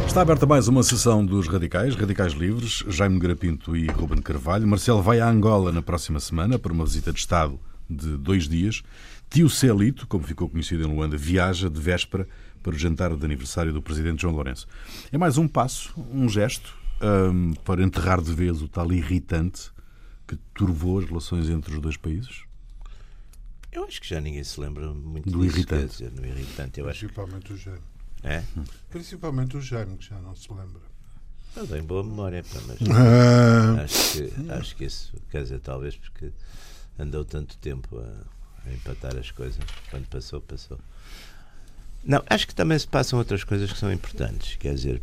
Está aberta mais uma sessão dos Radicais Livres, Jaime Nogueira Pinto e Ruben Carvalho. Marcelo vai a Angola na próxima semana para uma visita de Estado de 2 dias. Tio Celito, como ficou conhecido em Luanda, viaja de véspera para o jantar de aniversário do presidente João Lourenço. É mais um passo, um gesto, para enterrar de vez o tal irritante que turvou as relações entre os dois países? Eu acho que já ninguém se lembra muito do disso, irritante. Do irritante. Eu acho Principalmente o Jaime. É? Principalmente o Jaime, que já não se lembra. Eu tenho boa memória, mas acho que isso, quer dizer, talvez porque andou tanto tempo a empatar as coisas. Quando passou. Não, acho que também se passam outras coisas que são importantes. Quer dizer,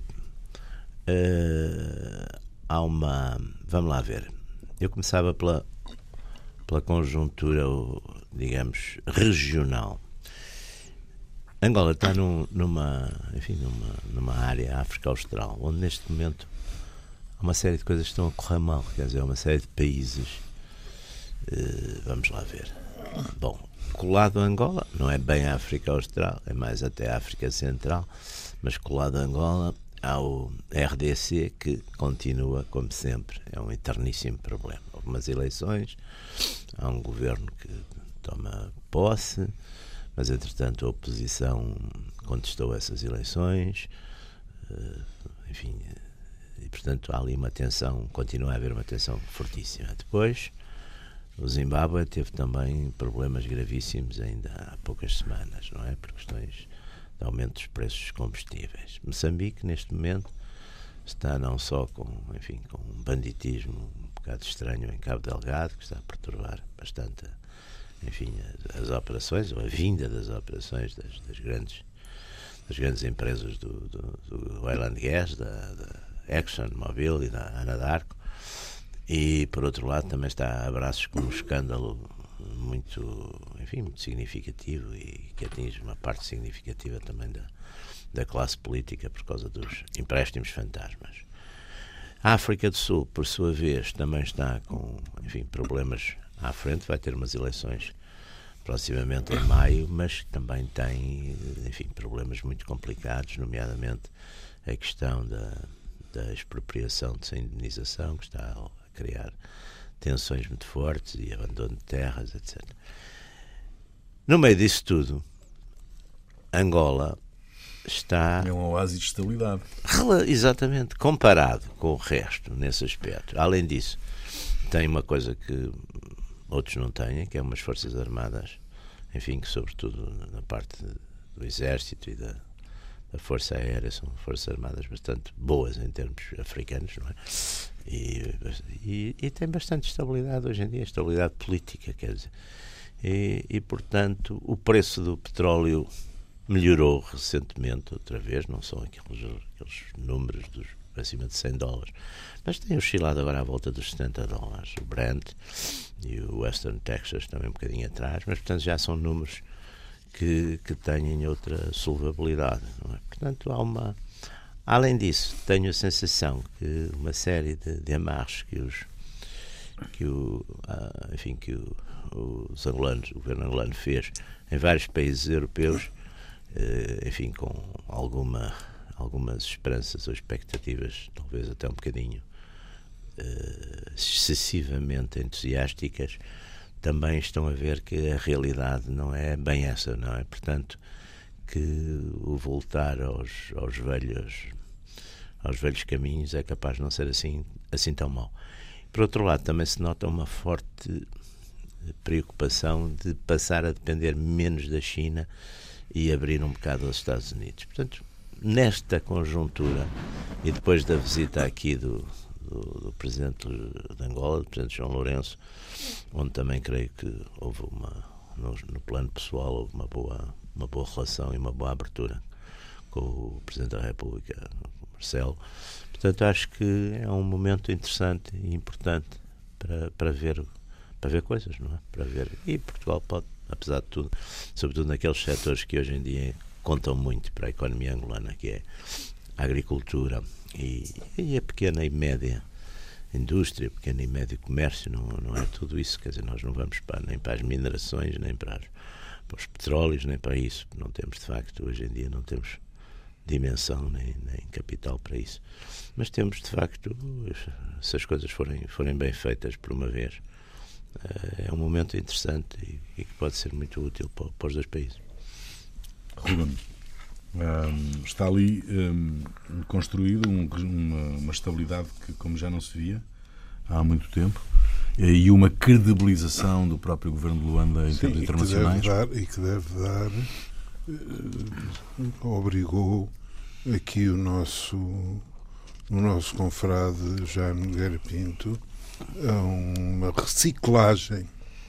há uma... Vamos lá ver. Eu começava pela conjuntura, digamos, regional. Angola está numa área, África Austral, onde neste momento há uma série de coisas que estão a correr mal. Quer dizer, há uma série de países. Vamos lá ver. Bom, colado a Angola, não é bem a África Austral, é mais até a África Central, mas colado a Angola há o RDC, que continua, como sempre, é um eterníssimo problema. Houve umas eleições, há um governo que toma posse, mas entretanto a oposição contestou essas eleições, enfim, e portanto há ali uma tensão, continua a haver uma tensão fortíssima. Depois, o Zimbábue teve também problemas gravíssimos ainda há poucas semanas, não é? Por questões de aumento dos preços dos combustíveis. Moçambique, neste momento, está não só com um banditismo um bocado estranho em Cabo Delgado, que está a perturbar bastante, as operações, ou a vinda das operações das grandes empresas do Oil and Gas, da Exxon Mobil e da Anadarko, e por outro lado também está a braços com um escândalo muito significativo e que atinge uma parte significativa também da classe política por causa dos empréstimos fantasmas. A África do Sul, por sua vez, também está com problemas à frente, vai ter umas eleições proximamente em maio, mas também tem problemas muito complicados, nomeadamente a questão da expropriação sem indenização, que está a criar tensões muito fortes e abandono de terras, etc. No meio disso tudo, Angola está... É um oásis de estabilidade. Exatamente, comparado com o resto, nesse aspecto. Além disso, tem uma coisa que outros não têm, que é umas forças armadas, que sobretudo na parte do exército e da força aérea, são forças armadas bastante boas em termos africanos, não é? E tem bastante estabilidade hoje em dia, estabilidade política, quer dizer. E portanto, o preço do petróleo melhorou recentemente, outra vez, não são aqueles números dos acima de $100, mas tem oscilado agora à volta dos $70, o Brent e o Western Texas também um bocadinho atrás, mas portanto já são números que têm outra solvabilidade, não é? Portanto, além disso, tenho a sensação que uma série de amarros que os angolanos, o governo angolano fez em vários países europeus, com algumas esperanças ou expectativas, talvez até um bocadinho excessivamente entusiásticas, também estão a ver que a realidade não é bem essa, não é? Portanto, que o voltar aos velhos caminhos é capaz de não ser assim tão mau. Por outro lado, também se nota uma forte preocupação de passar a depender menos da China e abrir um bocado aos Estados Unidos. Portanto, nesta conjuntura, e depois da visita aqui do presidente de Angola, do presidente João Lourenço, onde também creio que houve no plano pessoal, houve uma boa relação e uma boa abertura com o Presidente da República, Marcelo. Portanto, acho que é um momento interessante e importante para ver coisas, não é? Para ver. E Portugal pode, apesar de tudo, sobretudo naqueles setores que hoje em dia contam muito para a economia angolana, que é a agricultura e a pequena e média indústria, pequeno e médio comércio, não é tudo isso. Quer dizer, nós não vamos nem para as minerações, nem para os petróleos, nem para isso. Não temos, de facto, hoje em dia não temos dimensão nem capital para isso. Mas temos, de facto, se as coisas forem bem feitas por uma vez, é um momento interessante e que pode ser muito útil para os dois países. Ruben, está ali construído uma estabilidade que, como já não se via há muito tempo, e uma credibilização do próprio governo de Luanda em termos internacionais. E que deve dar, obrigou aqui o nosso confrade Jaime Nogueira Pinto a uma reciclagem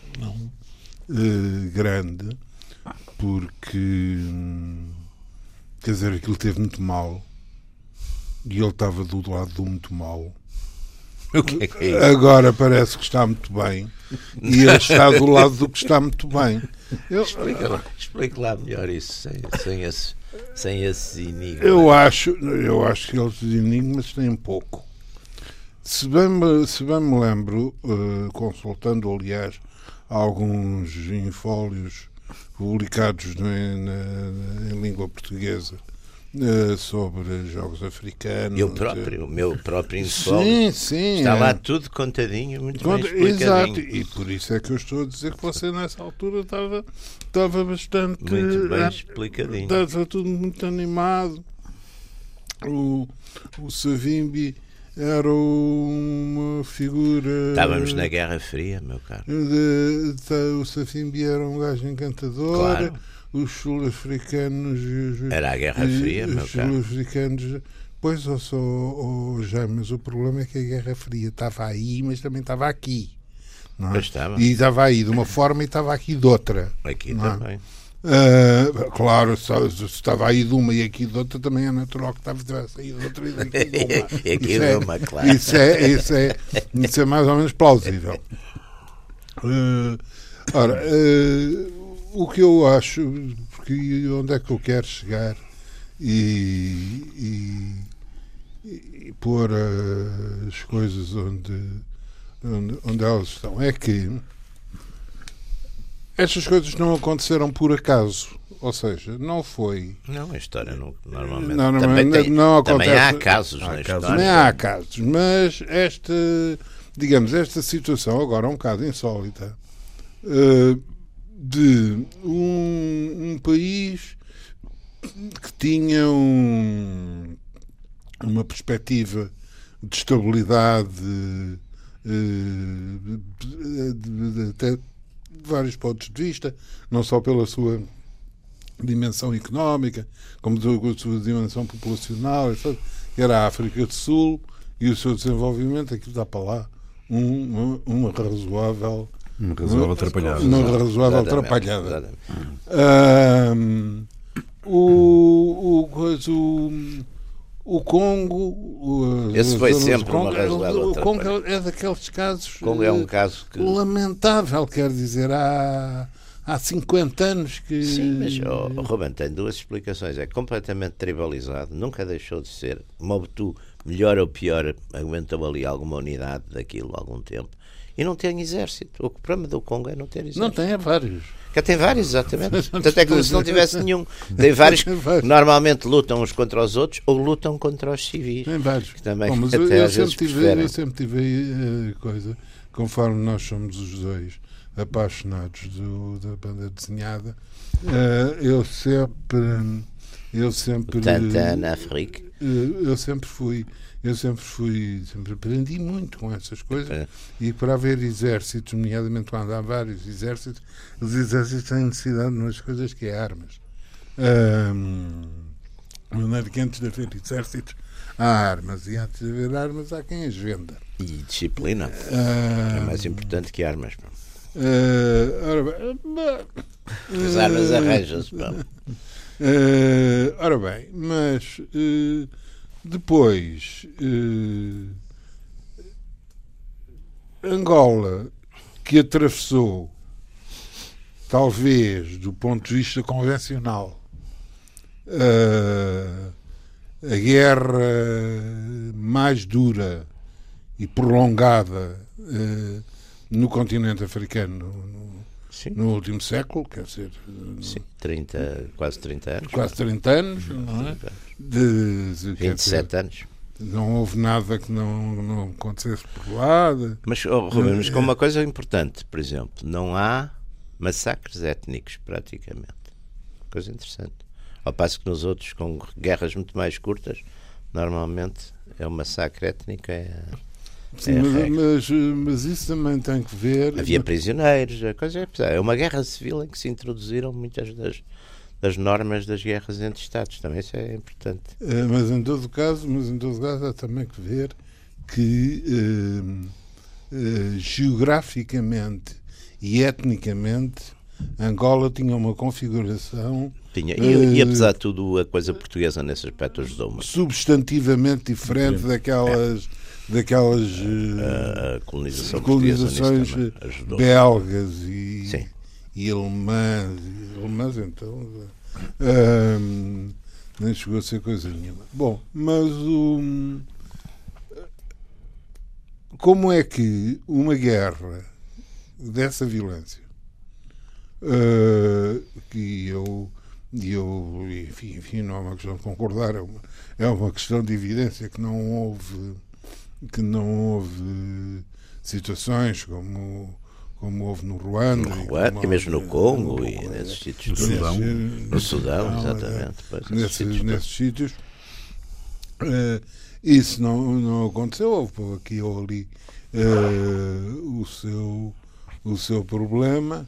grande, porque quer dizer, aquilo teve muito mal e ele estava do lado do muito mal. O que é isso? Agora parece que está muito bem e ele está do lado do que está muito bem. Explique lá melhor isso, sem esse enigma. Eu acho que eles enigmas têm pouco. Se bem me lembro, consultando, aliás, alguns infólios publicados em língua portuguesa sobre jogos africanos. O meu próprio infólio. Sim, está lá tudo contadinho, muito bem explicadinho. Exato, e por isso é que eu estou a dizer que você nessa altura estava bastante... Muito bem explicadinho. Estava tudo muito animado. O Savimbi era uma figura... Estávamos na Guerra Fria, meu caro. O Savimbi era um gajo encantador. Claro. Os sul-africanos... Era a Guerra Fria, meu os caro. sul-africanos... Pois, Jaime, mas o problema é que a Guerra Fria estava aí, mas também estava aqui. Não é? Pois estava. E estava aí de uma forma e estava aqui de outra. Aqui não é? também. Claro, se estava aí de uma e aqui de outra, também é natural que tivesse aí de outra e daqui de uma. E aqui de uma, claro. Isso é mais ou menos plausível. O que eu acho, porque onde é que eu quero chegar e pôr as coisas onde elas estão, é que estas coisas não aconteceram por acaso, ou seja, não foi... Não, a história normalmente não acontece. Também há casos na história. Também há casos, mas esta situação agora é um bocado insólita, de um país que tinha uma perspectiva de estabilidade até de vários pontos de vista, não só pela sua dimensão económica, como pela sua dimensão populacional, etc. Era a África do Sul e o seu desenvolvimento, aquilo dá para lá uma razoável... Uma razoável atrapalhada. Uma razoável atrapalhada. O Congo... Esse foi sempre uma razoável O Congo é daqueles casos... O Congo é um caso que... lamentável, quer dizer, há 50 anos que... Sim, mas Ruben tem duas explicações. É completamente tribalizado, nunca deixou de ser. Mobutu, melhor ou pior, aguentou ali alguma unidade daquilo há algum tempo. E não tem exército. O problema do Congo é não ter exército. Não tem, é vários. Tem vários, exatamente. Tanto é que se não tivesse nenhum. Tem vários que normalmente lutam uns contra os outros ou lutam contra os civis. Tem vários. Que também mas até eu sempre tive coisa, conforme nós somos os dois apaixonados da banda desenhada, eu sempre Tantan, África. Eu sempre aprendi muito com essas coisas. E para haver exércitos, nomeadamente quando há vários exércitos, os exércitos têm necessidade de umas coisas que é armas. De maneira que antes de haver exércitos há armas, e antes de haver armas há quem as venda. E disciplina é mais importante que armas. As armas arranjam-se. Ora bem, mas depois Angola, que atravessou, talvez do ponto de vista convencional, a guerra mais dura e prolongada no continente africano Sim. no último século, quer dizer, Sim, quase 30 anos. quase 30 anos, não é? 27 anos. Não houve nada que não acontecesse por lá. Mas, Rubem, mas com uma coisa importante, por exemplo, não há massacres étnicos, praticamente. Coisa interessante. Ao passo que nos outros, com guerras muito mais curtas, normalmente é um massacre étnico. Sim, mas isso também tem que ver. Havia prisioneiros, a coisa é uma guerra civil em que se introduziram muitas das normas das guerras entre Estados. Também isso é importante. Mas em todo caso há também que ver que geograficamente e etnicamente Angola tinha uma configuração e apesar de tudo a coisa portuguesa nesse aspecto ajudou-me. Substantivamente diferente daquelas A colonizações belgas e alemãs então nem chegou a ser coisa nenhuma. Bom, mas como é que uma guerra dessa violência que eu enfim, não é uma questão de concordar, é uma questão de evidência que não houve situações como houve no Ruanda, e mesmo no Congo e nesses sítios. No Sudão, exatamente. Nesses sítios. Isso não aconteceu. Houve aqui ou ali o seu problema.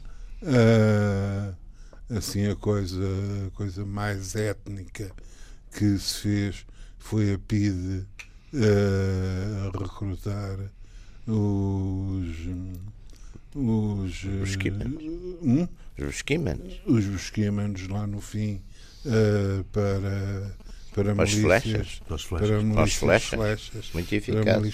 Assim, a coisa mais étnica que se fez foi a PIDE recrutar os busquimanos lá no fim para milícias, flechas, muito eficaz.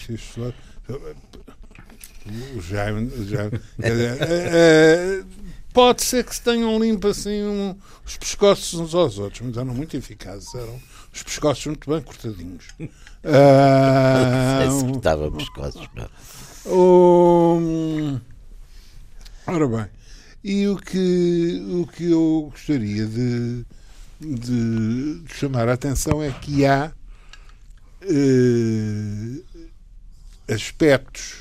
Pode ser que se tenham limpo assim os pescoços uns aos outros, mas eram muito eficazes, eram os pescoços muito bem cortadinhos. Não sei se cortava pescoços, não. Ora bem, e o que eu gostaria de chamar a atenção é que há aspectos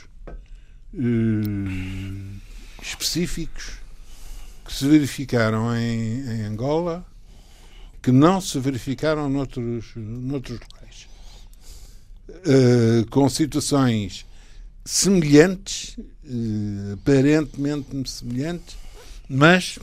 específicos que se verificaram em Angola que não se verificaram noutros locais, com situações semelhantes, aparentemente semelhantes, mas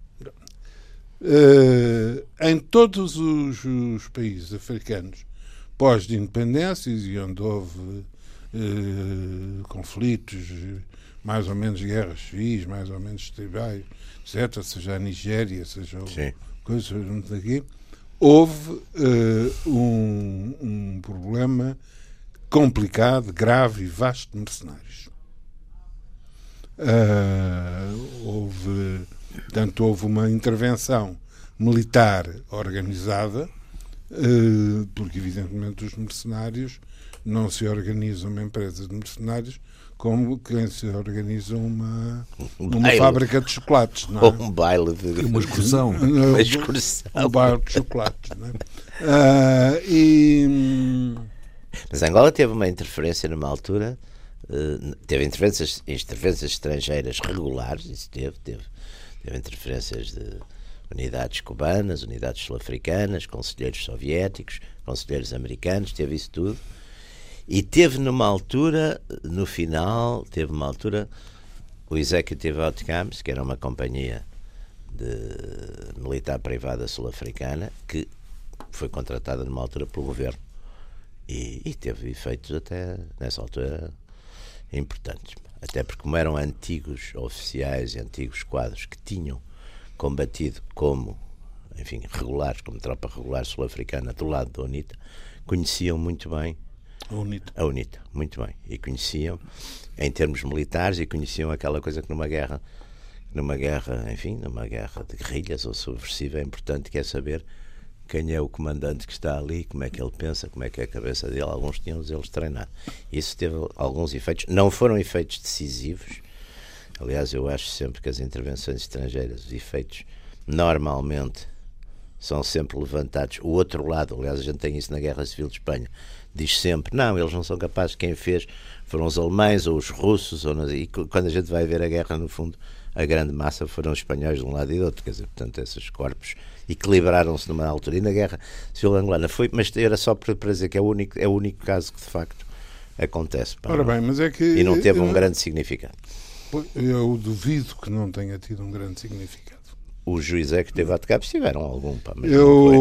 em todos os países africanos pós de independências e onde houve conflitos, mais ou menos guerras civis, mais ou menos tribais, etc., seja a Nigéria, seja coisas daqui, houve um problema complicado, grave e vasto de mercenários. Houve uma intervenção militar organizada, porque evidentemente os mercenários não se organizam uma empresa de mercenários como quem se organiza uma fábrica de chocolates, não é? Ou um baile de uma excursão. Um baile de chocolates, não é? Mas Angola teve uma interferência numa altura, teve interferências estrangeiras regulares, isso teve interferências de unidades cubanas, unidades sul-africanas, conselheiros soviéticos, conselheiros americanos, teve isso tudo. E teve numa altura, no final, o Executive Outcomes, que era uma companhia militar privada sul-africana, que foi contratada numa altura pelo governo. E teve efeitos até nessa altura importantes. Até porque, como eram antigos oficiais e antigos quadros que tinham combatido como, enfim, regulares, como tropa regular sul-africana do lado da UNITA, conheciam muito bem a UNITA, muito bem. E conheciam, em termos militares, e conheciam aquela coisa que numa guerra, enfim, numa guerra de guerrilhas ou subversiva, é importante, que é saber quem é o comandante que está ali, como é que ele pensa, como é que é a cabeça dele. Alguns tinham eles treinado. Isso teve alguns efeitos, não foram efeitos decisivos, Aliás, eu acho sempre que as intervenções estrangeiras, os efeitos, normalmente são sempre levantados. O outro lado, aliás, a gente tem isso na Guerra Civil de Espanha, diz sempre, não, eles não são capazes, quem fez foram os alemães ou os russos, e quando a gente vai ver a guerra, no fundo, a grande massa foram os espanhóis de um lado e do outro, quer dizer, portanto, esses corpos equilibraram-se numa altura. E na Guerra Civil Angolana foi, mas era só para dizer que é o único caso que de facto acontece. Pá, Ora bem, mas é que... E não teve um grande significado. Eu duvido que não tenha tido um grande significado. O juiz é que teve a tocar, tiveram algum, pá, mas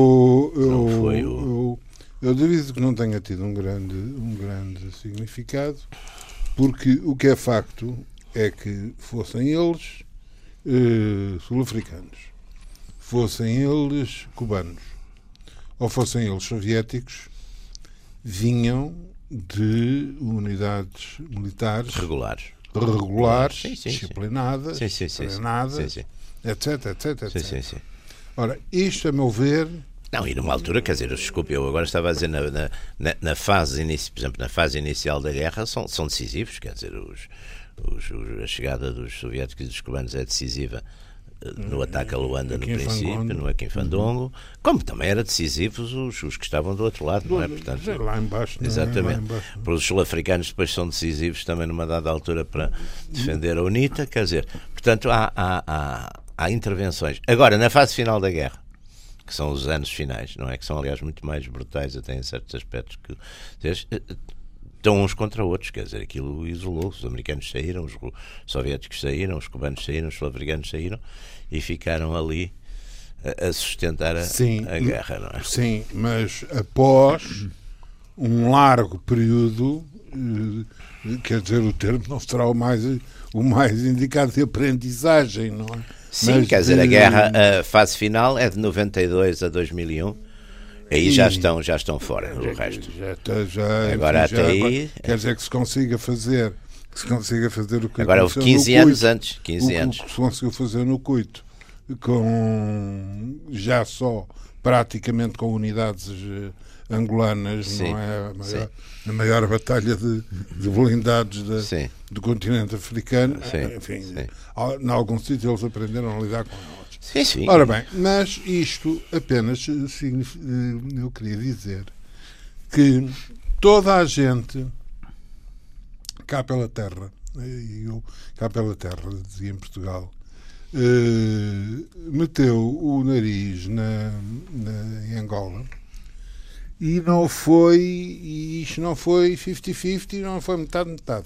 eu duvido que não tenha tido um grande significado, porque o que é facto é que fossem eles sul-africanos, fossem eles cubanos, ou fossem eles soviéticos, vinham de unidades militares regulares, sim, disciplinadas, treinadas, sim. etc, etc, etc. Sim. Ora, isto, a meu ver... Não, e numa altura, quer dizer, desculpe, eu agora estava a dizer, na fase inicial, por exemplo, na fase inicial da guerra, são decisivos, quer dizer, a chegada dos soviéticos e dos cubanos é decisiva no ataque a Luanda no princípio, no Aquim-Fandongo, como também era decisivos os que estavam do outro lado, não é? Portanto, lá embaixo, não exatamente. É? Lá embaixo. Para os sul-africanos depois são decisivos também numa dada altura para defender a UNITA, quer dizer, portanto há intervenções. Agora, na fase final da guerra, que são os anos finais, não é? Que são, aliás, muito mais brutais até em certos aspectos, que estão uns contra outros, quer dizer, aquilo isolou, os americanos saíram, os soviéticos saíram, os cubanos saíram, os sul-africanos saíram e ficaram ali a sustentar a guerra, não é? Sim, mas após um largo período, quer dizer, o termo não será o mais indicado de aprendizagem, não é? Sim, mas, quer dizer, a fase final é de 92 a 2001. Aí já estão fora o resto. Agora até aí... Quer dizer que se consiga fazer o que agora houve 15 anos antes. 15 anos. O que se conseguiu fazer no Cuito, já só praticamente com unidades angolanas, sim, não é? A maior batalha de blindados do continente africano. Sim, enfim, sim. Em algum sítio eles aprenderam a lidar com elas. Sim. Ora bem, mas isto apenas eu queria dizer que toda a gente cá pela terra, e eu cá pela terra, dizia em Portugal, meteu o nariz em Angola e isto não foi 50-50, não foi metade-metade.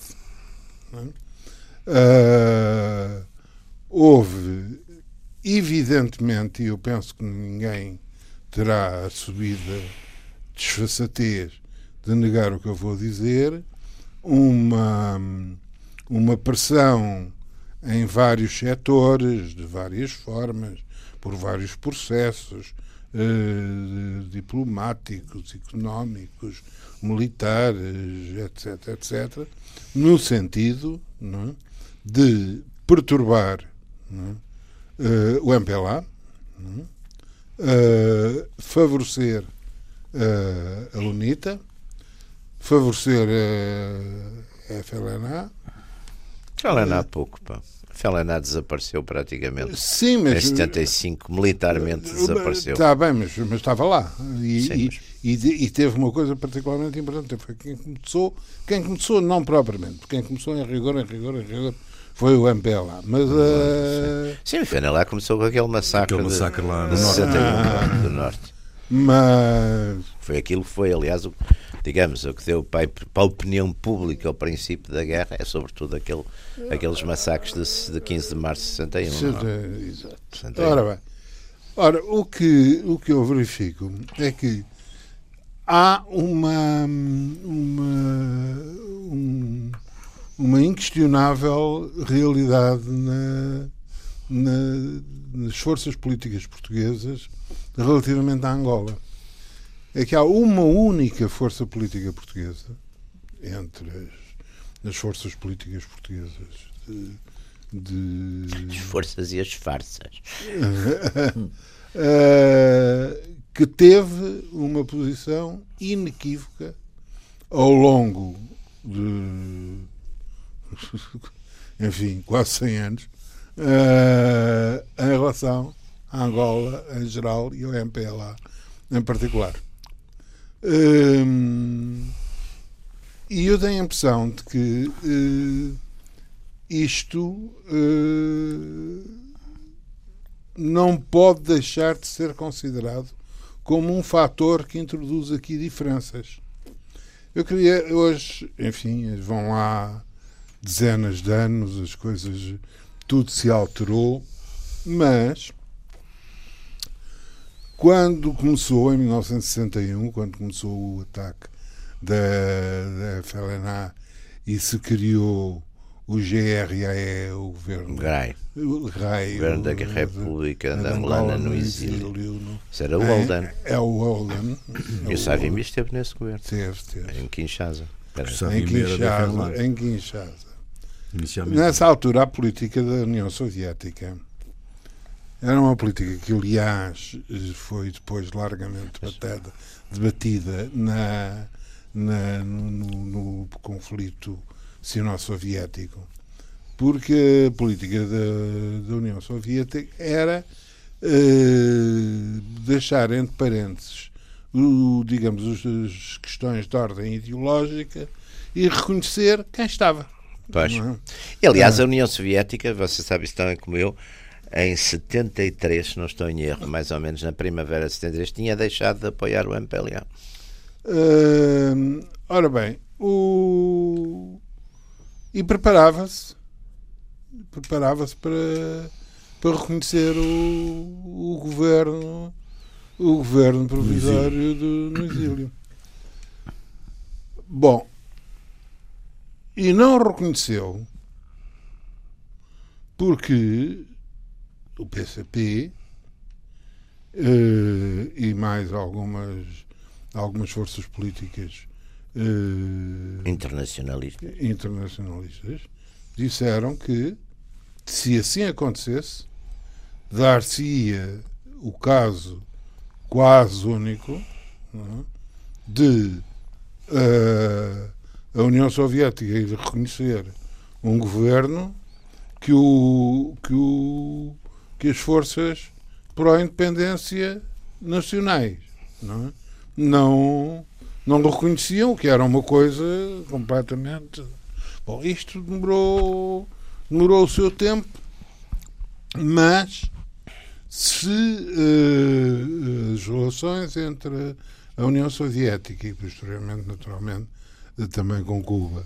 Houve, evidentemente, e eu penso que ninguém terá a subida desfaçatez de negar o que eu vou dizer, uma pressão em vários setores, de várias formas, por vários processos diplomáticos, económicos, militares, etc., no sentido, não é, de perturbar, não é, o MPLA, não é, favorecer a UNITA, favorecer a FLNA. FLNA há pouco, pá. A FLNA desapareceu praticamente. Sim, mas... Em 75, militarmente desapareceu. Está bem, mas estava lá. E teve uma coisa particularmente importante. Foi quem começou não propriamente, quem começou em rigor, foi o MPLA. Mas, sim, o FLNA começou com aquele massacre lá no 61 do Norte. Mas... Foi, aliás, o que deu para a opinião pública ao princípio da guerra é sobretudo aqueles massacres de 15 de março de 61. Exato. 61. Ora bem, o que eu verifico é que há uma inquestionável realidade nas forças políticas portuguesas relativamente à Angola. É que há uma única força política portuguesa entre as forças políticas portuguesas as forças e as farsas que teve uma posição inequívoca ao longo enfim, quase 100 anos, em relação à Angola em geral e ao MPLA em particular. E eu tenho a impressão de que isto não pode deixar de ser considerado como um fator que introduz aqui diferenças. Eu queria hoje, enfim, vão lá dezenas de anos, as coisas, tudo se alterou, mas quando começou, em 1961, quando começou o ataque da FLNA e se criou o GRAE, o governo GRAE, o governo da República da Angola no exílio. Isso era o Holden. É o Holden. E o Savimbi esteve nesse governo. Teve. Em Kinshasa. Em Kinshasa. Nessa altura, a política da União Soviética era uma política que, aliás, foi depois largamente debatida no conflito sino-soviético, porque a política da União Soviética era deixar entre parênteses, digamos, as questões de ordem ideológica e reconhecer quem estava. Pois. E, aliás, a União Soviética, você sabe isso também como eu, em 73, se não estou em erro, mais ou menos na primavera de 73, tinha deixado de apoiar o MPLA. Ora bem, e preparava-se para reconhecer o governo provisório no exílio. Bom, e não reconheceu porque o PCP e mais algumas forças políticas internacionalistas disseram que, se assim acontecesse, dar-se-ia o caso quase único, não é, de a União Soviética ir reconhecer um governo que as forças pró-independência nacionais não reconheciam, que era uma coisa completamente... Bom, isto demorou o seu tempo, mas se as relações entre a União Soviética e, posteriormente, naturalmente, também com Cuba,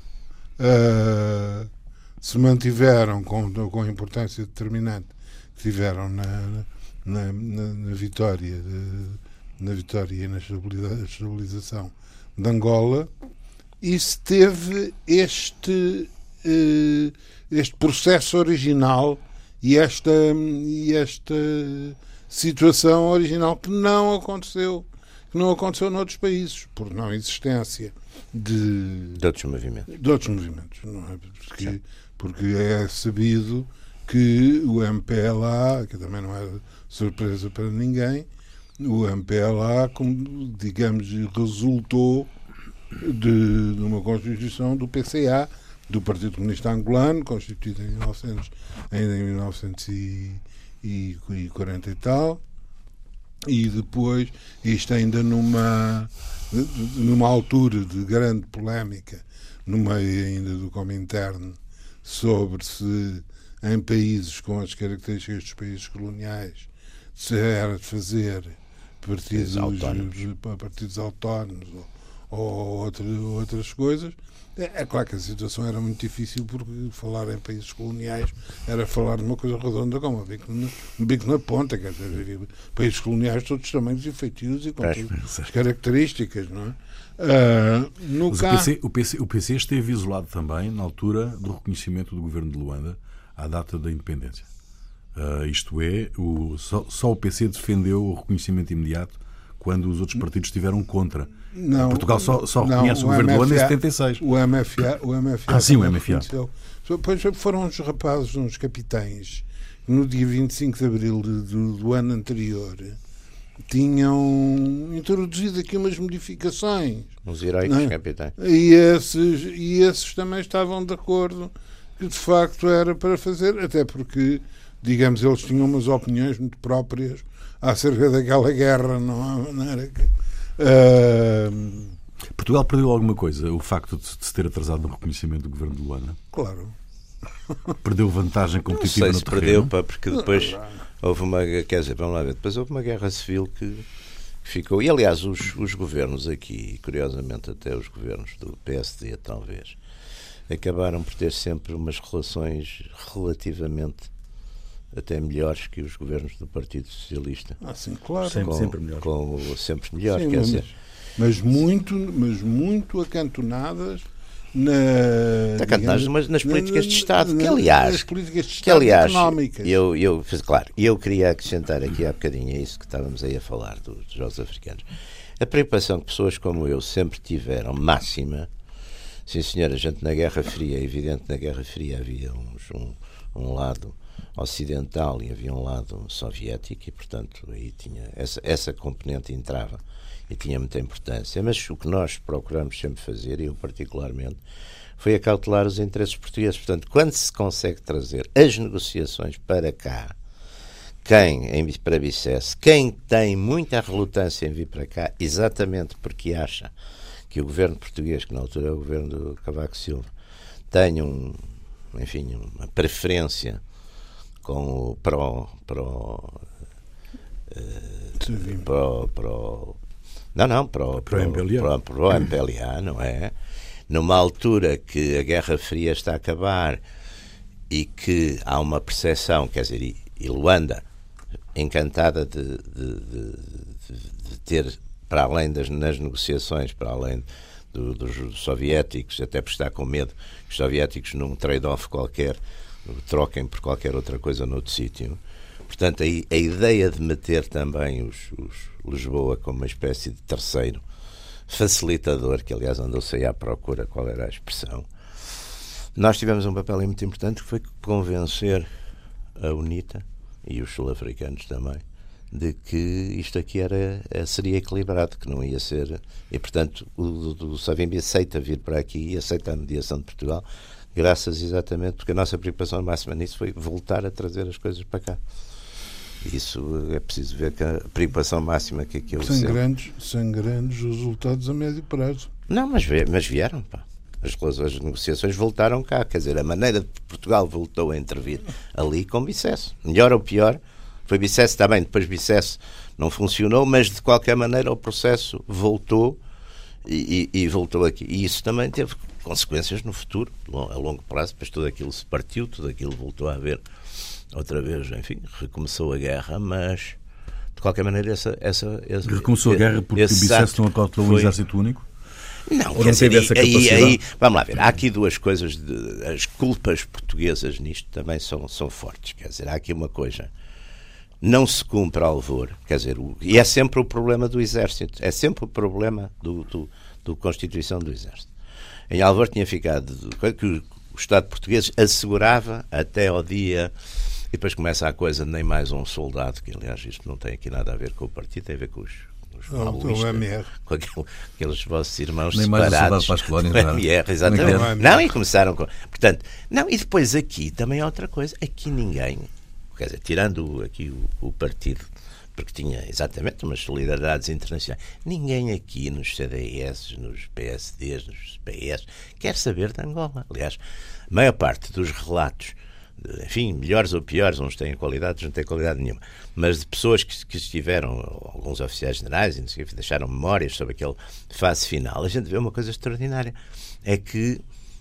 se mantiveram com a importância determinante que tiveram na vitória e na estabilização de Angola, e se teve este processo original e esta situação original que não aconteceu noutros países, por não existência de outros movimentos, não é? Porque é sabido que o MPLA, que também não é surpresa para ninguém, o MPLA, como, digamos, resultou de uma constituição do PCA, do Partido Comunista Angolano, constituído em 1940 e tal, e depois, isto ainda numa altura de grande polémica, no meio ainda do Comintern, sobre se em países com as características dos países coloniais se era de fazer partidos autónomos ou outras coisas. É claro que a situação era muito difícil, porque falar em países coloniais era falar de uma coisa redonda como um bico na ponta, quer dizer, países coloniais todos os tamanhos e feitios e com todas as características, não é? O PC esteve isolado também na altura do reconhecimento do governo de Luanda à data da independência. Isto é, só o PC defendeu o reconhecimento imediato quando os outros partidos estiveram contra. Não, Portugal só reconhece o governo de Luanda em 76. O MFA sim, o MFA. Depois foram uns rapazes, uns capitães, no dia 25 de abril do ano anterior, tinham introduzido aqui umas modificações. Os heróicos capitães. E esses também estavam de acordo que de facto era para fazer, até porque, digamos, eles tinham umas opiniões muito próprias acerca daquela guerra, não era que... Portugal perdeu alguma coisa, o facto de se ter atrasado no reconhecimento do governo de Luanda? Claro. Perdeu vantagem competitiva não sei no se terreno? perdeu, porque depois houve uma, quer dizer, vamos lá ver, depois houve uma guerra civil que ficou, e aliás os governos aqui, curiosamente até os governos do PSD talvez, acabaram por ter sempre umas relações relativamente até melhores que os governos do Partido Socialista. Sim, claro. Sempre melhor. Sempre melhor, Sim, quer dizer. Mas muito acantonadas nas políticas de Estado, que aliás, nas políticas de Estado económicas. Eu queria acrescentar aqui há bocadinho isso que estávamos aí a falar dos jogos africanos. A preocupação que pessoas como eu sempre tiveram, máxima. Sim, senhora, gente, na Guerra Fria, é evidente, na Guerra Fria havia um lado ocidental e havia um lado soviético e, portanto, aí tinha essa componente entrava e tinha muita importância. Mas o que nós procuramos sempre fazer, e eu particularmente, foi acautelar os interesses portugueses. Portanto, quando se consegue trazer as negociações para cá, para Bicesse, quem tem muita relutância em vir para cá, exatamente porque acha que o governo português, que na altura é o governo do Cavaco Silva, tem uma preferência para o MPLA, não é? Numa altura que a Guerra Fria está a acabar e que há uma percepção, quer dizer, e Luanda encantada de ter, para além nas negociações, para além dos soviéticos, até por estar com medo que os soviéticos num trade-off qualquer troquem por qualquer outra coisa noutro sítio. Portanto, a ideia de meter também os Lisboa como uma espécie de terceiro facilitador, que aliás andou-se aí à procura qual era a expressão, nós tivemos um papel muito importante que foi convencer a UNITA e os sul-africanos também de que isto aqui seria equilibrado, que não ia ser, e portanto o Savimbi aceita vir para aqui e aceita a mediação de Portugal, graças exatamente porque a nossa preocupação máxima nisso foi voltar a trazer as coisas para cá. Isso é preciso ver que a preocupação máxima que aquilo sem grandes resultados a médio prazo. Não, mas vieram, pá. As negociações voltaram cá, quer dizer, a maneira de Portugal voltou a intervir ali com Bicesse, melhor ou pior, foi Bicesse também, depois Bicesse não funcionou, mas de qualquer maneira o processo voltou e voltou aqui, e isso também teve consequências no futuro, a longo prazo, depois tudo aquilo se partiu, tudo aquilo voltou a haver outra vez, enfim, recomeçou a guerra, mas de qualquer maneira recomeçou a guerra porque Bicesse não acautelou um exército único? Não, quer dizer, aí, vamos lá ver, há aqui duas coisas, as culpas portuguesas nisto também são fortes, quer dizer, há aqui uma coisa, não se cumpre Alvor, quer dizer, e é sempre o problema do exército, é sempre o problema do Constituição do Exército. Em Alvor tinha ficado que o Estado português assegurava até ao dia, e depois começa a coisa de nem mais um soldado, que aliás isto não tem aqui nada a ver com o partido, tem a ver com os maluístas, com aqueles vossos irmãos nem separados. Mais um soldado para as colónias, MR, exatamente. Não, e começaram com... Portanto, não, e depois aqui também há outra coisa, aqui ninguém, quer dizer, tirando aqui o partido, porque tinha exatamente umas solidariedades internacionais, ninguém aqui nos CDS, nos PSDs, nos PS, quer saber de Angola. Aliás, a maior parte dos relatos, enfim, melhores ou piores, uns têm qualidade, outros não têm qualidade nenhuma, mas de pessoas que estiveram, alguns oficiais generais, e não sei, deixaram memórias sobre aquela fase final, a gente vê uma coisa extraordinária, é que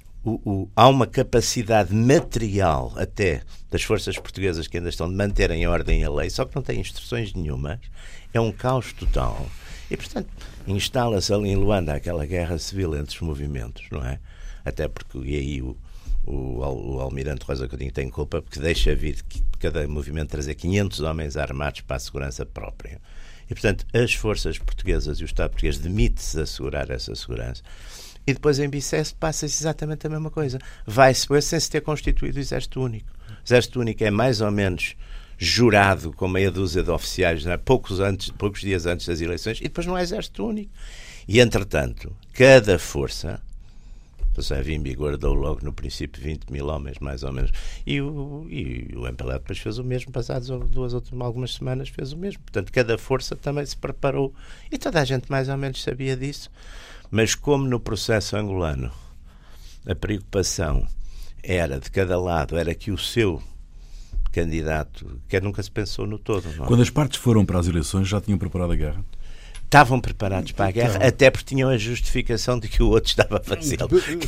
há uma capacidade material até das forças portuguesas que ainda estão de manterem a ordem e a lei, só que não têm instruções nenhumas, é um caos total, e portanto instala-se ali em Luanda aquela guerra civil entre os movimentos, não é? Até porque, e aí o almirante Rosa Coutinho tem culpa porque deixa vir cada movimento trazer 500 homens armados para a segurança própria. E, portanto, as forças portuguesas e o Estado português demite-se de assegurar essa segurança. E depois em Bicesse passa-se exatamente a mesma coisa. Vai-se sem se ter constituído o Exército Único. O Exército Único é mais ou menos jurado com meia dúzia de oficiais, não é? poucos dias antes das eleições, e depois não é Exército Único. E, entretanto, cada força Então Savimbi guardou logo no princípio 20 mil homens, mais ou menos. E o MPLA depois fez o mesmo, passados algumas semanas fez o mesmo. Portanto, cada força também se preparou. E toda a gente mais ou menos sabia disso. Mas como no processo angolano a preocupação era de cada lado, era que o seu candidato, que nunca se pensou no todo. Não é? Quando as partes foram para as eleições, já tinham preparado a guerra? Estavam preparados para a guerra, até porque tinham a justificação de que o outro estava a fazê-lo.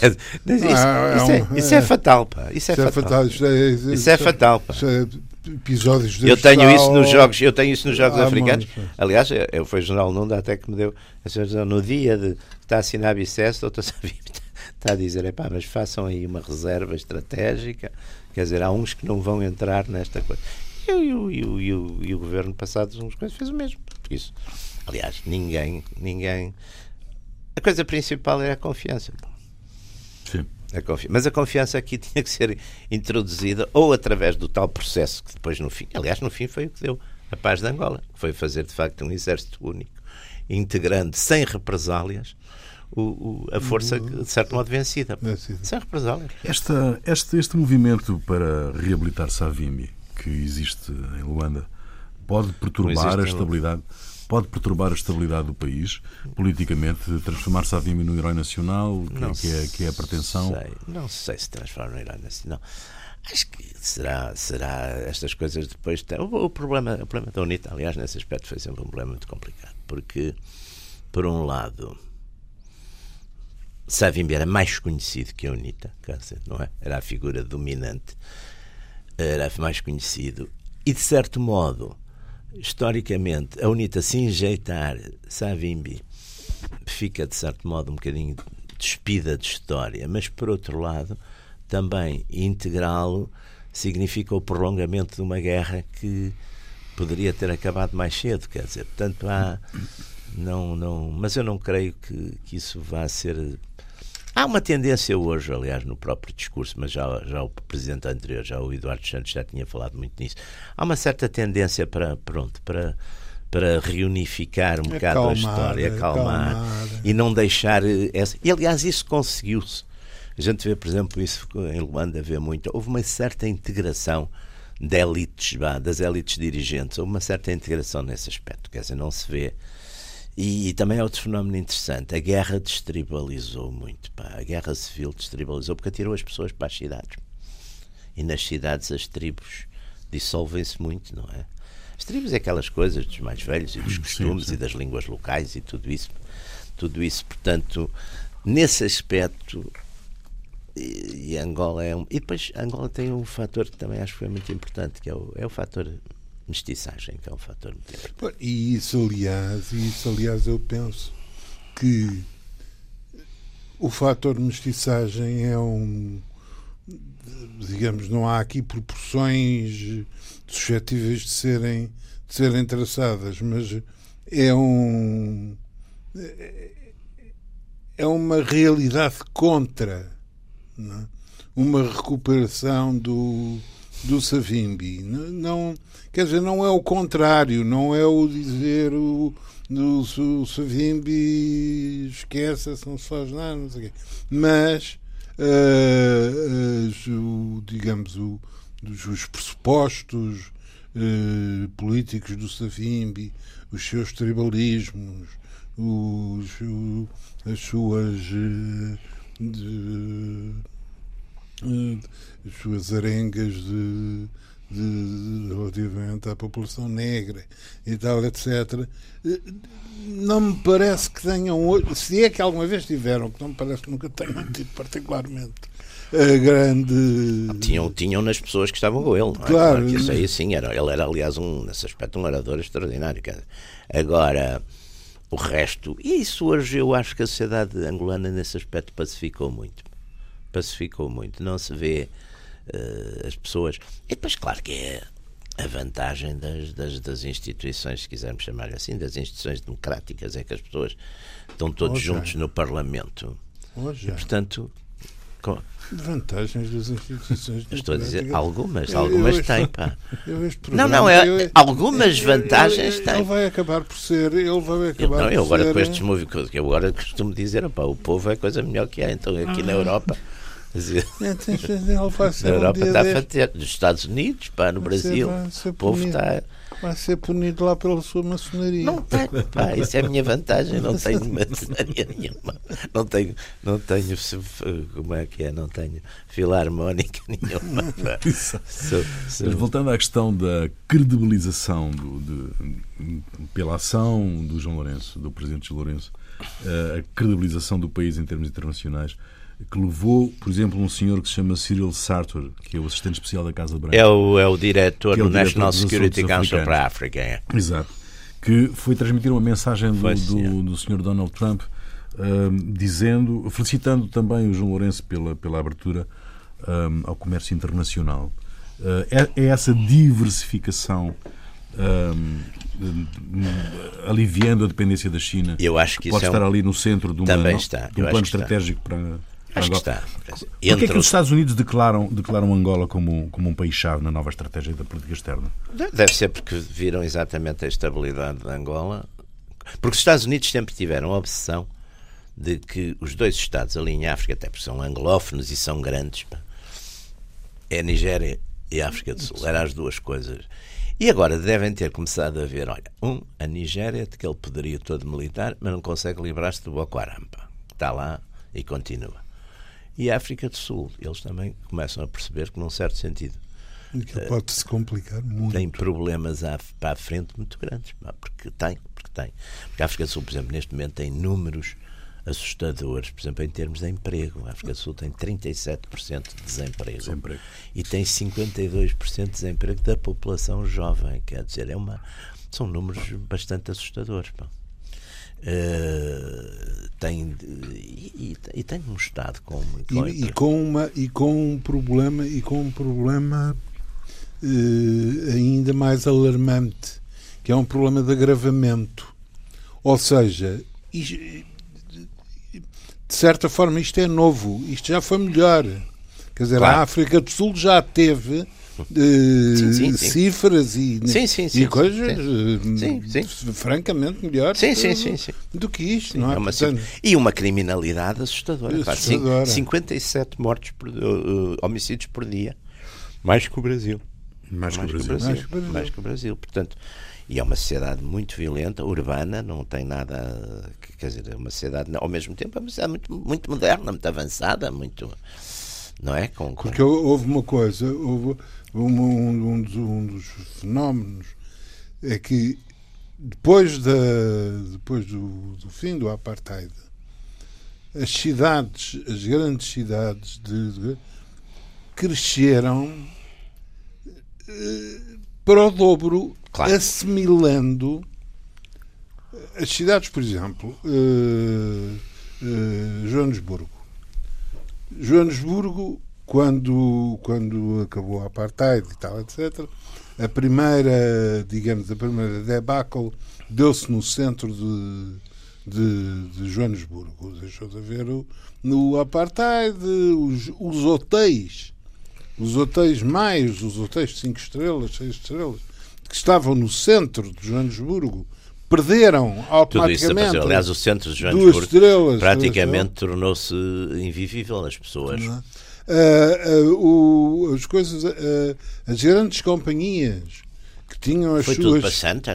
Isso é fatal, pá. Isso é fatal. Isso é fatal, pá. Episódios eu tenho isso nos jogos africanos. Aliás, foi o General Nunda até que me deu no dia de estar a assinar a Bicesse, o Dr. Savimbi está a dizer, mas façam aí uma reserva estratégica, quer dizer, há uns que não vão entrar nesta coisa. E o governo, passados uns coisas, fez o mesmo. Porque isso, aliás, ninguém. A coisa principal é a confiança. Sim. Mas a confiança aqui tinha que ser introduzida ou através do tal processo que depois no fim foi o que deu a paz de Angola, foi fazer de facto um exército único, integrando sem represálias a força de certo modo vencida. Sem represálias. Este movimento para reabilitar Savimbi que existe em Luanda pode perturbar a estabilidade. Pode perturbar a estabilidade do país, politicamente, transformar Savimbi num herói nacional, que é a pretensão? Não sei se transforma num herói nacional. Acho que será estas coisas depois... O problema da UNITA, aliás, nesse aspecto foi sempre um problema muito complicado, porque, por um lado, Savimbi era mais conhecido que a UNITA, não é? Era a figura dominante, era mais conhecido, e, de certo modo... Historicamente, a UNITA se enjeitar Savimbi fica, de certo modo, um bocadinho despida de história, mas, por outro lado, também integrá-lo significa o prolongamento de uma guerra que poderia ter acabado mais cedo, quer dizer, portanto, mas eu não creio que isso vá ser... Há uma tendência hoje, aliás, no próprio discurso, mas já o presidente anterior, já o Eduardo Santos, já tinha falado muito nisso. Há uma certa tendência para reunificar um bocado a história, acalmar e não deixar essa... E, aliás, isso conseguiu-se. A gente vê, por exemplo, isso em Luanda, houve uma certa integração de elites, das elites dirigentes, houve uma certa integração nesse aspecto, quer dizer, não se vê... E também é outro fenómeno interessante. A guerra destribalizou muito. A guerra civil destribalizou porque atirou as pessoas para as cidades. E nas cidades as tribos dissolvem-se muito, não é? As tribos é aquelas coisas dos mais velhos e dos costumes e das línguas locais e tudo isso. Portanto, nesse aspecto, e Angola é E depois Angola tem um fator que também acho que foi muito importante, que é o fator... mestiçagem, que é um fator muito importante. E isso, aliás, eu penso que o fator mestiçagem é digamos, não há aqui proporções suscetíveis de serem traçadas, mas é uma realidade contra, não é? Uma recuperação do Savimbi. Não, quer dizer, não é o contrário, não é o dizer o Savimbi esquece, não se faz nada, não sei o quê. Mas digamos, os pressupostos políticos do Savimbi, os seus tribalismos, as suas arengas relativamente à população negra e tal, etc. Não me parece que tenham, se é que alguma vez tiveram, que não me parece que nunca tenham tido particularmente a grande... Tinham nas pessoas que estavam com ele, não é? Claro. Que isso aí sim, ele era aliás nesse aspecto um orador extraordinário. Agora, o resto, e isso hoje eu acho que a sociedade angolana nesse aspecto pacificou muito, não se vê as pessoas, e depois claro que é a vantagem das instituições, se quisermos chamar assim, das instituições democráticas, é que as pessoas estão todos juntos no Parlamento. E, portanto, Vantagens das instituições. Eu estou a dizer democráticas. algumas têm, pá. Este Não, programa, algumas vantagens ele têm. vai acabar por ser. Ele vai acabar Não, por eu agora ser, com estes movimentos, eu agora costumo dizer, pá, o povo é a coisa melhor que há, então aqui na Europa. Quer dizer, ele vai ser na Europa dia está a deste, fazer, nos Estados Unidos, pá, no Brasil, o povo está. vai ser punido lá pela sua maçonaria. Não tenho, pá, isso é a minha vantagem, não tenho maçonaria nenhuma, não tenho, como é que é, não tenho filarmónica nenhuma, pá. Mas voltando à questão da credibilização pela ação do João Lourenço, do Presidente João Lourenço, a credibilização do país em termos internacionais, que levou, por exemplo, um senhor que se chama Cyril Sartor, que é o assistente especial da Casa Branca. É o diretor do diretor National dos Security Assuntos Council Africanos. para a África. É. Exato. Que foi transmitir uma mensagem Foi, do senhor Donald Trump, felicitando também o João Lourenço pela abertura ao comércio internacional. É essa diversificação aliviando a dependência da China. Eu acho que pode isso estar ali no centro de um também plano estratégico para Acho que Angola. está. Porquê é que os Estados Unidos declaram Angola como um país-chave na nova estratégia da política externa? Deve ser porque viram exatamente a estabilidade de Angola. Porque os Estados Unidos sempre tiveram a obsessão de que os dois Estados ali em África, até porque são anglófonos e são grandes, pá, é a Nigéria e a África do Sul. Eram as duas coisas. E agora devem ter começado a ver, olha, a Nigéria, de aquele poderio todo militar, mas não consegue livrar-se do Boko Haram, pá. Está lá e continua. E a África do Sul, eles também começam a perceber que, num certo sentido, pode-se complicar muito. Tem problemas para a frente muito grandes, pá, porque tem. Porque a África do Sul, por exemplo, neste momento tem números assustadores, por exemplo, em termos de emprego. A África do Sul tem 37% de desemprego. E tem 52% de desemprego da população jovem. Quer dizer, são números bastante assustadores. Pá. Tem um Estado com um problema ainda mais alarmante, que é um problema de agravamento. Ou seja, de certa forma isto é novo, isto já foi melhor. Quer dizer, claro. A África do Sul já teve cifras e coisas francamente melhores do que isto. Não é? E uma criminalidade assustadora. 57 mortes homicídios por dia. Mais que o Brasil. Mais que o Brasil. Portanto, e é uma sociedade muito violenta, urbana, não tem nada. Quer dizer, é uma sociedade, ao mesmo tempo, é uma sociedade muito, muito moderna, muito avançada, muito. Não é? Porque houve uma coisa, um dos fenómenos é que depois do fim do apartheid, as grandes cidades cresceram para o dobro, claro. Assimilando as cidades, por exemplo, Joanesburgo, quando acabou a apartheid e tal, etc., a primeira debacle deu-se no centro de Joanesburgo. Deixou de haver no apartheid os hotéis de 5 estrelas, 6 estrelas, que estavam no centro de Joanesburgo, perderam automaticamente. Aliás, o centro de Joanesburgo praticamente tornou-se invivível. As pessoas. As grandes companhias que tinham as Foi suas. Tudo para Santan,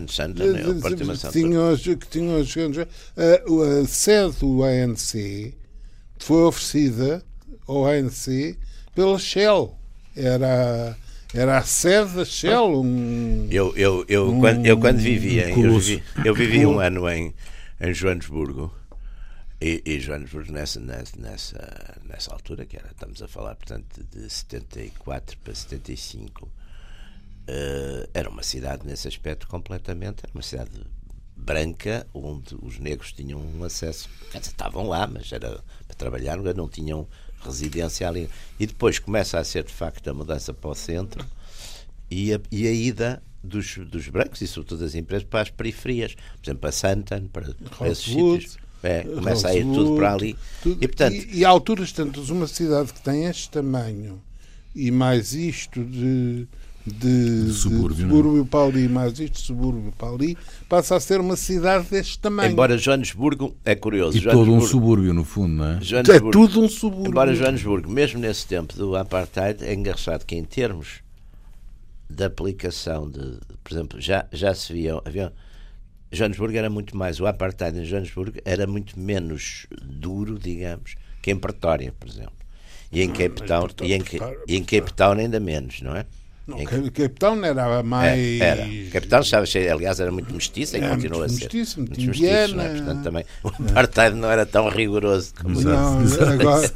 que tinham as grandes. A sede do ANC foi oferecida ao ANC pela Shell. Era a sede da Shell. Quando vivia, eu vivi um ano em Joanesburgo. E Joanesburgo nessa altura, estamos a falar, portanto, de 74 para 75, era uma cidade nesse aspecto completamente, era uma cidade branca, onde os negros tinham um acesso, quer dizer, estavam lá, mas era para trabalhar, não tinham residência ali. E depois começa a ser, de facto, a mudança para o centro e a ida dos brancos e sobretudo das empresas para as periferias, por exemplo, para Santan, para esses sítios. Começa a ir tudo para ali. E, portanto, e a alturas tantas, uma cidade que tem este tamanho e mais isto de subúrbio para ali, mais isto de subúrbio para ali, passa a ser uma cidade deste tamanho. Embora Joanesburgo, é curioso. E todo um subúrbio, no fundo, não é? É tudo um subúrbio. Embora Joanesburgo, mesmo nesse tempo do apartheid, é engraçado que em termos de aplicação por exemplo, já se havia Joanesburgo era muito mais, o apartheid em Joanesburgo era muito menos duro, digamos, que em Pretória, por exemplo. E em Cape Town, em Cape Town ainda menos, não é? Não, Cape Town era mais... Era. Cape Town, aliás, era muito mestiça e continua a ser. Muito indiana. Não é? Portanto, também, o apartheid não era tão rigoroso como não, agora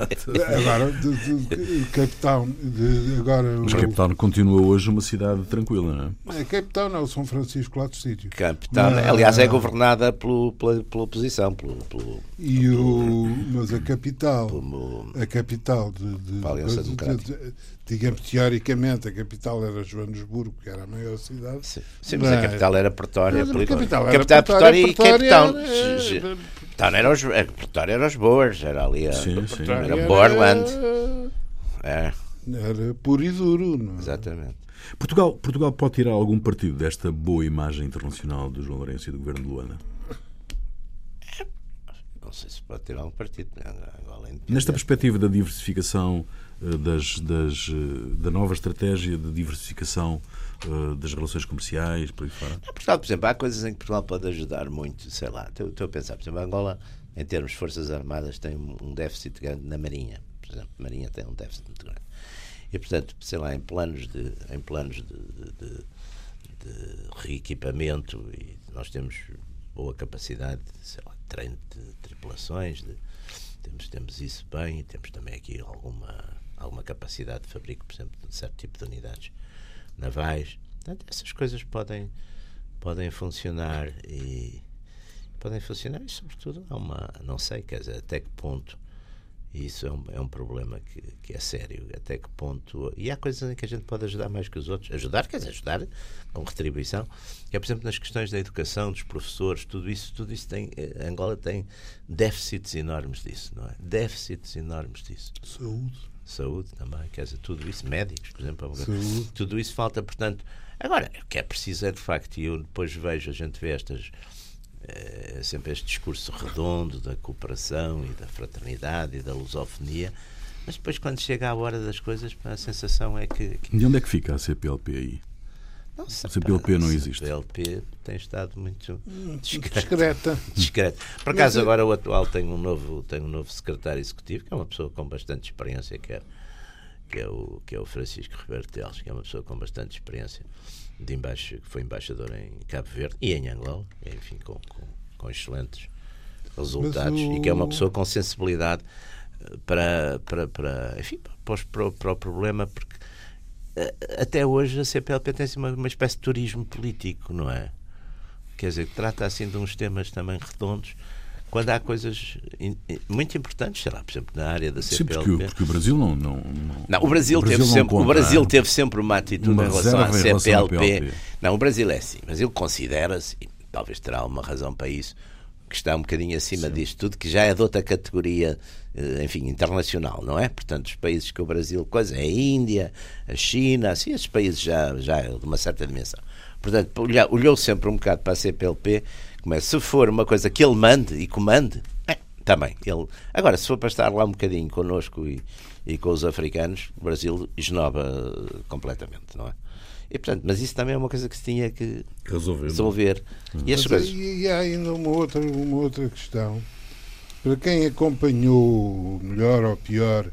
Cape Town... Mas Cape Town continua hoje uma cidade tranquila, não é? Cape Town é o São Francisco lá do sítio. Cape Town, aliás, é governada pela oposição. Mas a capital a Aliança Democrática. Digamos, teoricamente, a capital era Joanesburgo, que era a maior cidade. Sim, mas a capital era Pretória. A capital era Pretória e Cape Town. Pretória era os Boers, era ali era Boerland. Era puro e duro. Não é? Exatamente. Portugal pode tirar algum partido desta boa imagem internacional do João Lourenço e do governo de Luanda? Não sei se pode tirar um partido. Nesta perspectiva da diversificação, da nova estratégia de diversificação das relações comerciais, por aí fora? Portugal, por exemplo, há coisas em que Portugal pode ajudar muito, sei lá, estou a pensar, por exemplo, a Angola, em termos de forças armadas, tem um déficit grande na Marinha, por exemplo, a Marinha tem um déficit muito grande. E, portanto, sei lá, em planos de reequipamento, e nós temos boa capacidade, sei lá, de treino de tripulações, temos isso bem, e temos também aqui alguma capacidade de fabrico, por exemplo, de certo tipo de unidades navais. Portanto, essas coisas podem funcionar e sobretudo não sei, quer dizer, até que ponto isso é um problema que é sério, até que ponto, e há coisas em que a gente pode ajudar mais que os outros, ajudar com retribuição, que é, por exemplo, nas questões da educação, dos professores, tudo isso Angola tem déficits enormes disso, não é? Déficits enormes disso. Saúde também, quer dizer, tudo isso, médicos, por exemplo, tudo isso falta, portanto, agora, o que é preciso é, de facto, e eu depois a gente vê sempre este discurso redondo da cooperação e da fraternidade e da lusofonia, mas depois, quando chega à hora das coisas, a sensação é que... E onde é que fica a CPLP aí? Não sei, a CPLP não existe. A CPLP tem estado muito discreta. Por acaso, agora o atual tem um novo secretário executivo, que é uma pessoa com bastante experiência, que é o Francisco Ribeiro Teles, que é uma pessoa com bastante experiência, que foi embaixador em Cabo Verde e em Angola, enfim, com excelentes resultados, e que é uma pessoa com sensibilidade para o problema, porque até hoje a CPLP tem uma espécie de turismo político, não é? Quer dizer, que trata assim de uns temas também redondos, quando há coisas muito importantes, sei lá, por exemplo, na área da CPLP. Sim, porque o Brasil não, o Brasil teve sempre uma atitude em relação à CPLP. Não, o Brasil é assim, mas ele considera-se, e talvez terá uma razão para isso, que está um bocadinho acima disto tudo, que já é de outra categoria, enfim, internacional, não é? Portanto, os países que o Brasil é a Índia, a China, assim, esses países já de uma certa dimensão. Portanto, olhou sempre um bocado para a CPLP, se for uma coisa que ele mande e comande, também. Agora, se for para estar lá um bocadinho connosco e com os africanos, o Brasil esnoba completamente, não é? E, portanto, mas isso também é uma coisa que se tinha que resolver. E há ainda uma outra questão. Para quem acompanhou, melhor ou pior,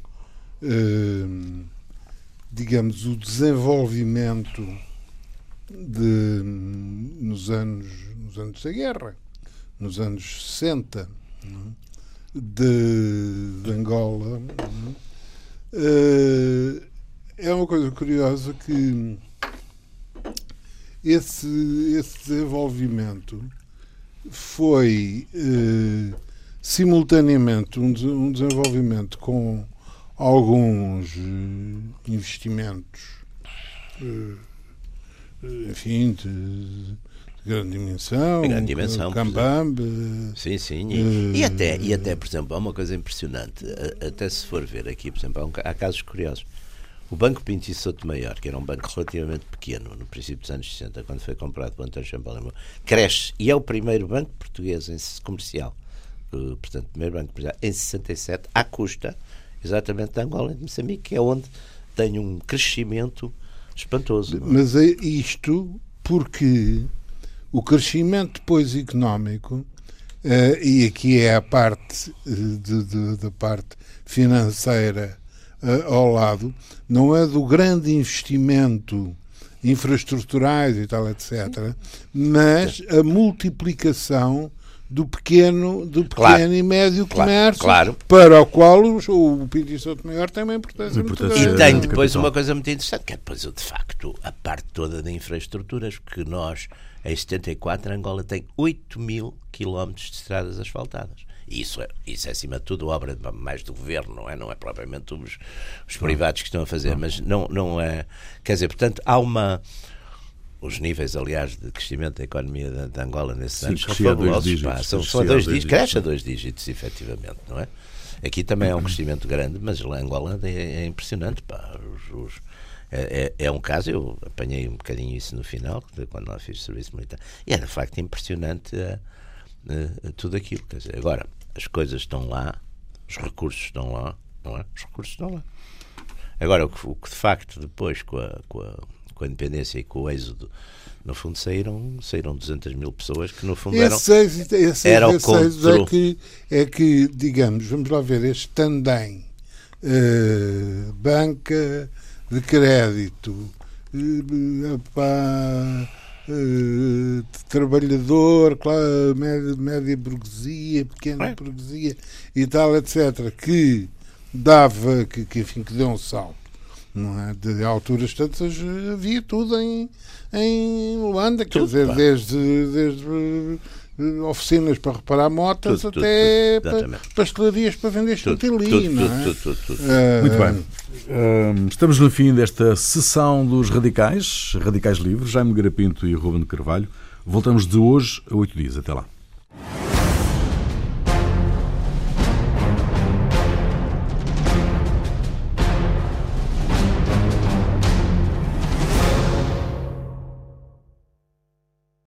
digamos, o desenvolvimento nos anos da guerra, nos anos 60, de Angola, é uma coisa curiosa que esse desenvolvimento foi simultaneamente um desenvolvimento com alguns investimentos, enfim, grande dimensão, Cambambe. Sim. E até, por exemplo, há uma coisa impressionante. Até se for ver aqui, por exemplo, há casos curiosos. O Banco Pinto e Souto Maior, que era um banco relativamente pequeno no princípio dos anos 60, quando foi comprado por António Champalimau, cresce e é o primeiro banco português comercial, portanto, o primeiro banco português em 67, à custa exatamente de Angola e de Moçambique, que é onde tem um crescimento espantoso. Mas é isto porque o crescimento depois económico, e aqui é a parte da parte financeira ao lado, não é do grande investimento infraestruturais e tal, etc., mas a multiplicação do pequeno e médio comércio, para o qual o Pinto e Souto Maior tem uma importância muito grande. E tem depois uma coisa muito interessante, que é depois, de facto, a parte toda de infraestruturas, que nós, em 74, Angola tem 8.000 quilómetros de estradas asfaltadas. E isso é, acima de tudo, obra mais do governo, não é propriamente os privados que estão a fazer, mas não é... Quer dizer, portanto, há uma... Os níveis, aliás, de crescimento da economia de Angola nesses anos são fabulosos. São a 2 dígitos, cresce a 2 dígitos, efetivamente, não é? Aqui também é um crescimento grande, mas lá em Angola é impressionante, pá. É um caso, eu apanhei um bocadinho isso no final, quando lá fiz serviço militar, e é de facto impressionante tudo aquilo. Quer dizer, agora, as coisas estão lá, os recursos estão lá, não é? Os recursos estão lá. Agora, o que de facto depois, com a independência e com o êxodo, no fundo saíram 200.000 pessoas que no fundo eram contra... é que, digamos, vamos lá ver, este tandem, banca de crédito, trabalhador, média burguesia, pequena burguesia e tal, etc., que dava, que deu um salto, não é? De alturas tantas havia tudo em Luanda, quer dizer, desde oficinas para reparar motas até pastelarias para vender chantilly, não é? Muito bem. Estamos no fim desta sessão dos Radicais Livres, Jaime Nogueira Pinto e Ruben de Carvalho. Voltamos de hoje a 8 dias. Até lá.